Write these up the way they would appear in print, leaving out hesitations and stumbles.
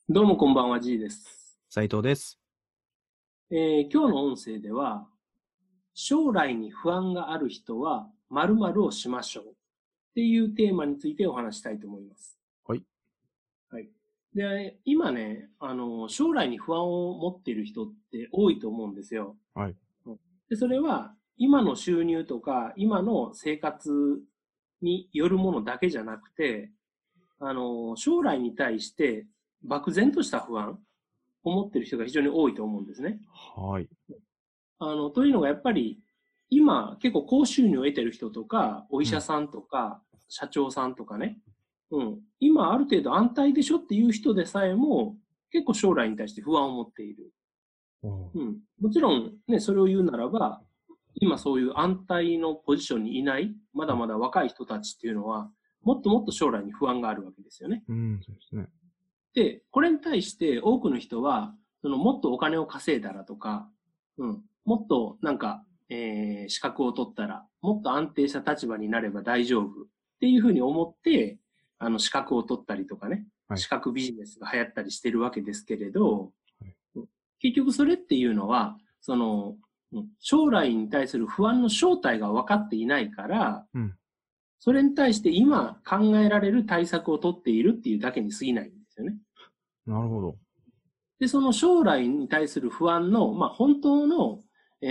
どうもこんばんは、G です。 斉藤です。 今日の音声では、将来に不安がある人は〇〇をしましょうっていうテーマについてお話したいと思います。 はい。 はい。で、今ね、将来に不安を持っている人って多いと思うんですよ。 はい。 で、それは今の収入とか今の生活によるものだけじゃなくて、将来に対して漠然とした不安を持っている人が非常に多いと思うんですね。 はい。 というのがやっぱり、今結構高収入を得てる人とか、お医うん。 者さんとか、社長さんとかね、今ある程度安泰でしょっていう人でさえも、結構将来に対して不安を持っている。 おもちろんね、それを言うならば、今そういう安泰のポジションにいない、まだはい。 まだ若い人たちっていうのは、もっともっと将来に不安があるわけですよね。 うん、そうですね。 で、これに対して多くの人は、もっとお金を稼いだらとか、もっと資格を取ったら、もっと安定した立場になれば大丈夫っていうふうに思って、資格を取ったりとかね、 はい。 資格ビジネスが流行ったりしてるわけですけれど、 はい。 結局それっていうのは、将来に対する不安の正体が分かっていないから、 うん。 それに対して今考えられる対策を取っているっていうだけに過ぎないんですよね。 なるほど。 で、その将来に対する不安の、本当の、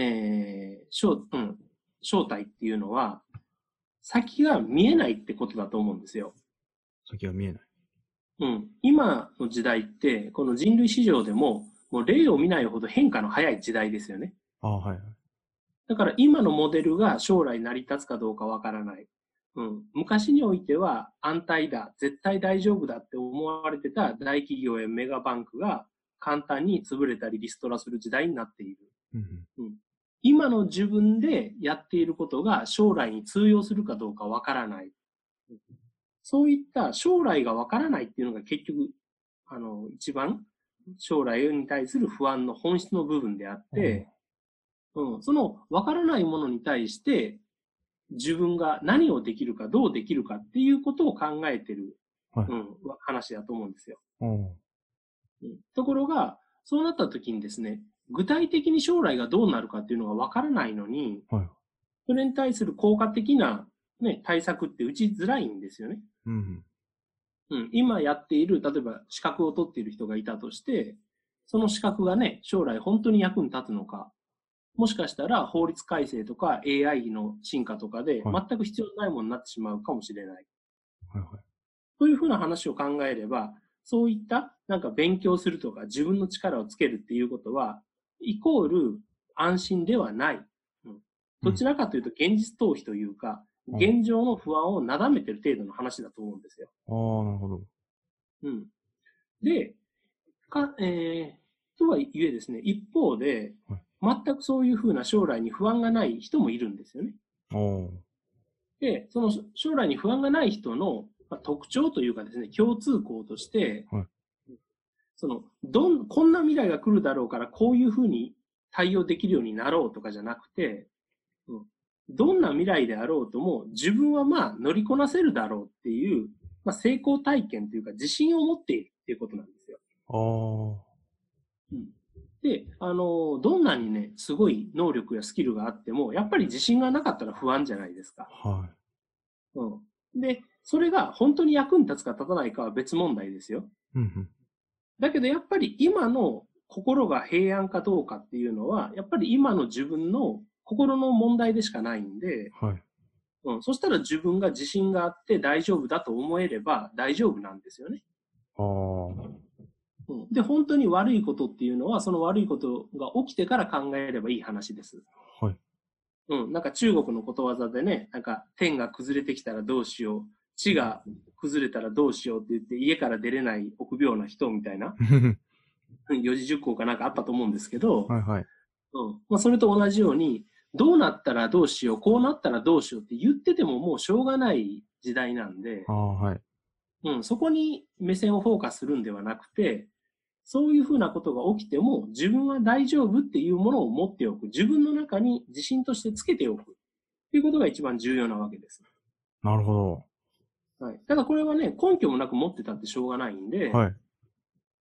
正体っていうのは、先が見えないってことだと思うんですよ。 先が見えない。 今の時代って、この人類史上でも、もう例を見ないほど変化の早い時代ですよね。 ああ、はい。 だから今のモデルが将来成り立つかどうかわからない。昔においては安泰だ、絶対大丈夫だって思われてた大企業やメガバンクが簡単に潰れたりリストラする時代になっている。 うん。 うん、今の自分でやっていることが将来に通用するかどうかわからない。そういった将来がわからないっていうのが結局、一番将来に対する不安の本質の部分であっうん。 て、そのわからないものに対して自分が何をできるかどうできるかっていうことを考えてる、 はい。 話だと思うんですよ。 おー。 ところが、そうなった時にですね、具体的に将来がどうなるかっていうのがわからないのに、 はい。 それに対する効果的な、ね、対策って打ちづらいんですよね。 うん。 今やっている、例えば資格を取っている人がいたとして、その資格がね、将来本当に役に立つのか、もしかしたら法律改正とか AI の進化とかではい。 全く必要ないものになってしまうかもしれない。 はい。はい。 というふうな話を考えれば、そういった勉強するとか自分の力をつけるっていうことは、イコール安心ではない。 うん。 どちらかというと現実逃避というか、 おー。 現状の不安をなだめてる程度の話だと思うんですよ。 ああ、なるほど。 うん。で、とはいえですね、一方で、 はい。 全くそういうふうな将来に不安がない人もいるんですよね。 おー。 で、その将来に不安がない人の特徴というかですね、共通項として、 はい。 こんな未来が来るだろうから、こういうふうに対応できるようになろうとかじゃなくて、うん、どんな未来であろうとも、自分は乗りこなせるだろうっていう、成功体験というか、自信を持っているっていうことなんですよ。 ああ。 うん、で、どんなにね、すごい能力やスキルがあっても、やっぱり自信がなかったら不安じゃないですか。 はで、それが本当に役に立つか立たないかは別問題ですよ。 い。うん。 だけどやっぱり今の心が平安かどうかっていうのは、やっぱり今の自分の心の問題でしかないんで、 はい。 そしたら自分が自信があって大丈夫だと思えれば大丈夫なんですよね。 ああ。 で、本当に悪いことっていうのは、その悪いことが起きてから考えればいい話です。 はい。 中国のことわざでね、天が崩れてきたらどうしよう、地が崩れたらどうしようって言って家から出れない臆病な人みたいな四字熟語かあったと思うんですけど、 はい。はい。 それと同じように、どうなったらどうしよう、こうなったらどうしようって言っててももうしょうがない時代なんで、 ああ、はい。 そこに目線をフォーカスするんではなくて、そういうふうなことが起きても自分は大丈夫っていうものを持っておく。自分の中に自信としてつけておく。っていうことが一番重要なわけです。 なるほはい。ただこれはね、根拠もなく持ってたってしょうがないんど。 で、 はい。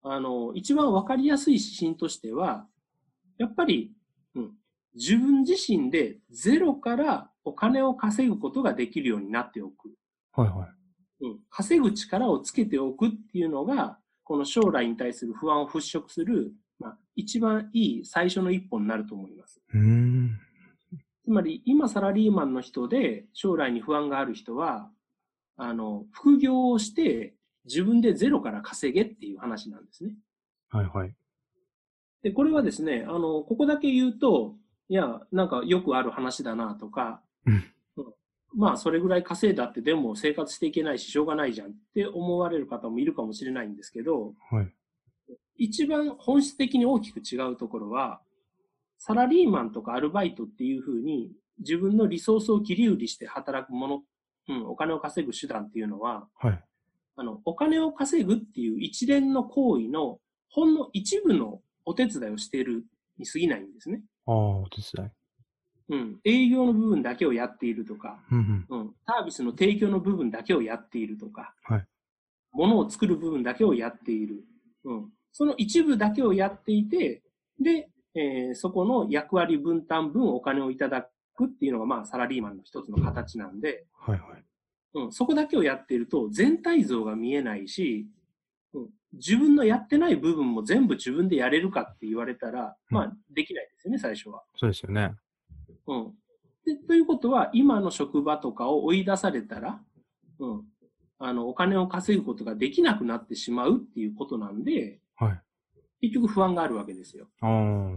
一番わかりやすい指針としては、やっぱり、自分自身でゼロからお金を稼ぐことができるようになっておく。 はいはい。 稼ぐ力をつけておくっていうのが、この将来に対する不安を払拭する、一番いい最初の一歩になると思います。つまり、今サラリーマンの人で将来に不安がある人は、副業をして自分でゼロから稼げっていう話なんですね。 はいはい。 で、これはですね、ここだけ言うと、いや、なんかよくある話だなとか、それぐらい稼いだってでも生活していけないししょうがないじゃんって思われる方もいるかもしれないんですけど、 はい。 一番本質的に大きく違うところは、サラリーマンとかアルバイトっていうふうに自分のリソースを切り売りして働くもの、お金を稼ぐ手段っていうのは、 はい。 お金を稼ぐっていう一連の行為のほんの一部のお手伝いをしているに過ぎないんですね。 お手伝い。 営業の部分だけをやっているとか、 うんサービスの提供の部分だけをやっているとか、 はい。 物を作る部分だけをやっている。その一部だけをやっていて、で、そこの役割分担分お金をいただくっていうのが、サラリーマンの一つの形なんで、 はいはい。 そこだけをやっていると全体像が見えないし、自分のやってない部分も全部自分でやれるかって言われたら、できないですよね、最初は。 そうですよね。 ということは、今の職場とかを追い出されたら、お金を稼ぐことができなくなってしまうっていうことなんで、 はい。 結局不安があるわけですよ。 はい。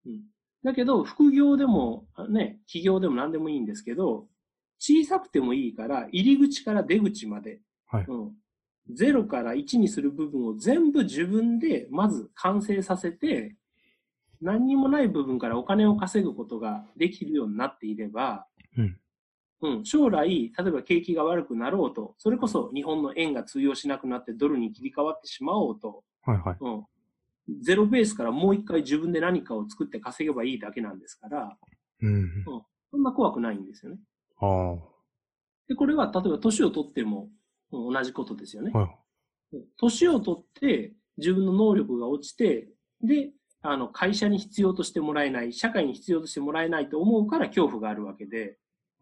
だけど、副業でも、ね、企業でも何でもいいんですけど、小さくてもいいから、入り口から出口まで、0から1にする部分を全部自分でまず完成させて、何にもない部分からお金を稼ぐことができるようになっていれば、将来、例えば景気が悪くなろうと、それこそ日本の円が通用しなくなってドルに切り替わってしまおうと、ゼロベースからもう一回自分で何かを作って稼げばいいだけなんですから、そんな怖くないんですよね。で、これは例えば年を取っても同じことですよね。年を取って自分の能力が落ちて、で、会社に必要としてもらえない、社会に必要としてもらえないと思うから恐怖があるわけで、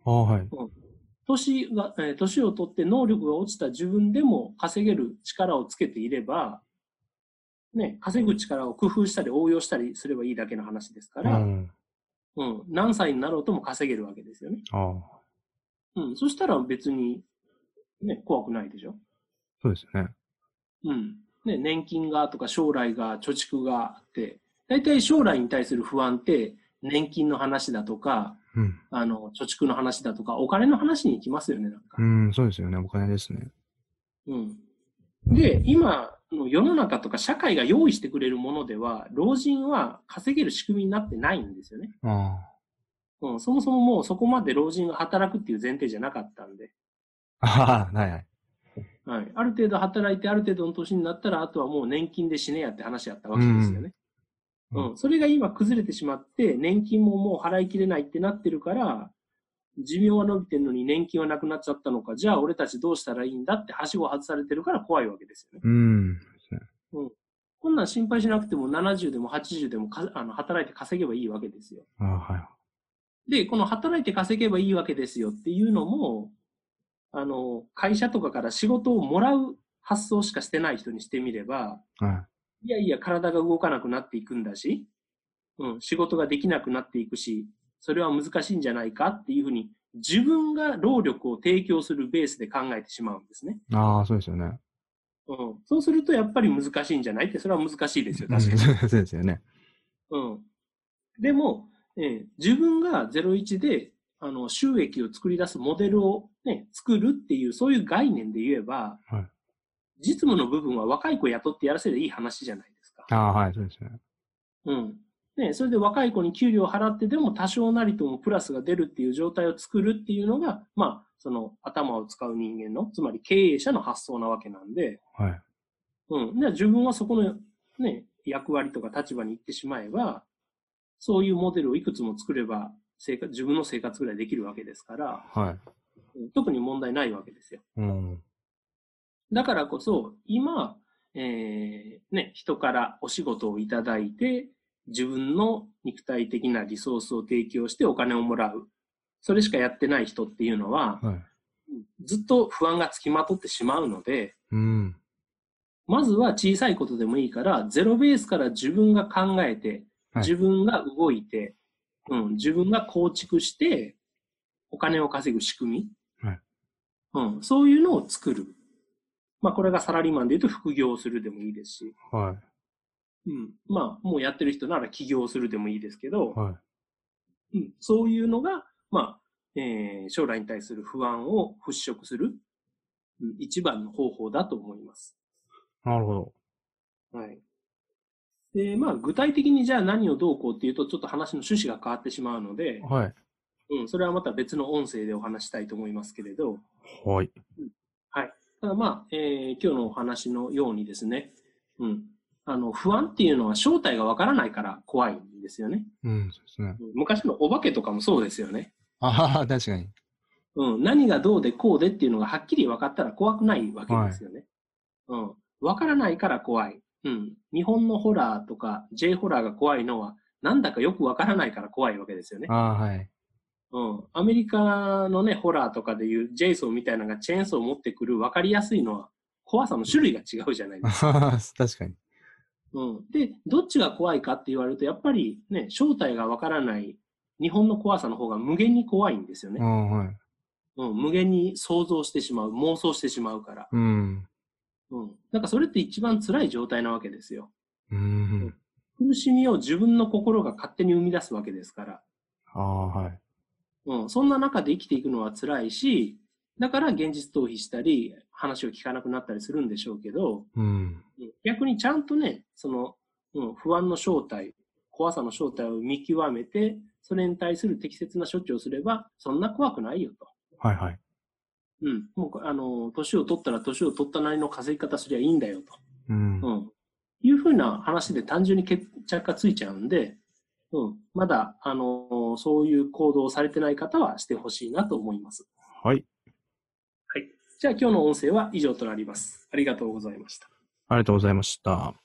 年を取って能力が落ちた自分でも稼げる力をつけていれば、ね、稼ぐ力を工夫したり応用したりすればいいだけの話ですから、何歳になろうとも稼げるわけですよね。そしたら別に、ね、怖くないでしょ。 そうですね。 ね、年金がとか将来が貯蓄があって、大体将来に対する不安って年金の話だとか、貯蓄の話だとか、お金の話に行きますよね、なんか。 そうですよね。お金ですね。 で、今の世の中とか社会が用意してくれるものでは、老人は稼げる仕組みになってないんですよね。そもそももうそこまで老人が働くっていう前提じゃなかったんで。ある程度働いて、ある程度の年になったら、あとはもう年金で死ねやって話やったわけですよね。それが今崩れてしまって、年金ももう払いきれないってなってるから、寿命は伸びてるのに年金はなくなっちゃったのか、じゃあ俺たちどうしたらいいんだってはしご外されてるから怖いわけですよね。こんなん心配しなくても70でも80でも働いて稼げばいいわけですよ。で、この働いて稼げばいいわけですよっていうのも、会社とかから仕事をもらう発想しかしてない人にしてみれば、いやいや体が動かなくなっていくんだし、仕事ができなくなっていくし、それは難しいんじゃないかっていうふうに、自分が労力を提供するベースで考えてしまうんですね。 そうですよね。 そうするとやっぱり難しいんじゃないって、それは難しいですよ、確かに。 そうですよね。 でも、自分が01で収益を作り出すモデルを、作るっていう、そういう概念で言えば、実務の部分は若い子雇ってやらせればいい話じゃないですか。 そうですね。 それで若い子に給料を払ってでも多少なりともプラスが出るっていう状態を作るっていうのが、その頭を使う人間の、つまり経営者の発想なわけなんで、自分はそこの、役割とか立場に行ってしまえば、そういうモデルをいくつも作れば自分の生活ぐらいできるわけですから、特に問題ないわけですよ。だからこそ、今、 人からお仕事をいただいて、自分の肉体的なリソースを提供してお金をもらう。それしかやってない人っていうのは、 はい。 ずっと不安がつきまとってしまうので、 うん。 まずは小さいことでもいいから、ゼロベースから自分が考えて、 はい。 自分が動いて、自分が構築して、お金を稼ぐ仕組はい。 み、そういうのを作る。まあ、これがサラリーマンで言うと副業をするでもいいですし、 はまあ、もうやってる人なら起業するでもいいですけど、 い。はい。 そういうのが、まあ、将来に対する不安を払拭する、一番の方法だと思います。 なるほど。 はい。で、まあ、具体的にじゃあ何をどうこうっていうと、ちょっと話の趣旨が変わってしまうので、 はい。 それはまた別の音声でお話したいと思いますけれど、 はい。 はい。ただまあ、今日のお話のようにですね、不安っていうのは正体がわからないから怖いんですよね。 うん、そうですね。 昔のお化けとかもそうですよね。 ああ、確かに。 何がどうでこうでっていうのがはっきり分かったら怖くないわけはい。 ですよね。分からないから怖い。日本のホラーとか J ホラーが怖いのは、なんだかよく分からないから怖いわけですよね。 ああ、はい。 アメリカのね、ホラーとかでいうジェイソンみたいなのがチェーンソーを持ってくる分かりやすいのは、怖さの種類が違うじゃないですか。 確かに。 で、どっちが怖いかって言われると、やっぱりね、正体が分からない日本の怖さの方が無限に怖いんですよね。 ああ、はい。 無限に想像してしまう、妄想してしまうから。 うん。 なんかそれって一番辛い状態なわけですよ。 うん。 苦しみを自分の心が勝手に生み出すわけですから。 ああ、はい。 そんな中で生きていくのは辛いし、だから現実逃避したり、話を聞かなくなったりするんでしょうけど、 うん。 逆にちゃんとね、その、不安の正体、怖さの正体を見極めて、それに対する適切な処置をすれば、そんな怖くないよと。 はいはい。 もう、年を取ったら年を取ったなりの稼ぎ方すりゃいいんだよと。 うん。 いうふうな話で単純に決着がついちゃうんで、まだ、そういう行動をされてない方はしてほしいなと思います。 はい。 はい。じゃあ今日の音声は以上となります。ありがとうございました。 ありがとうございました。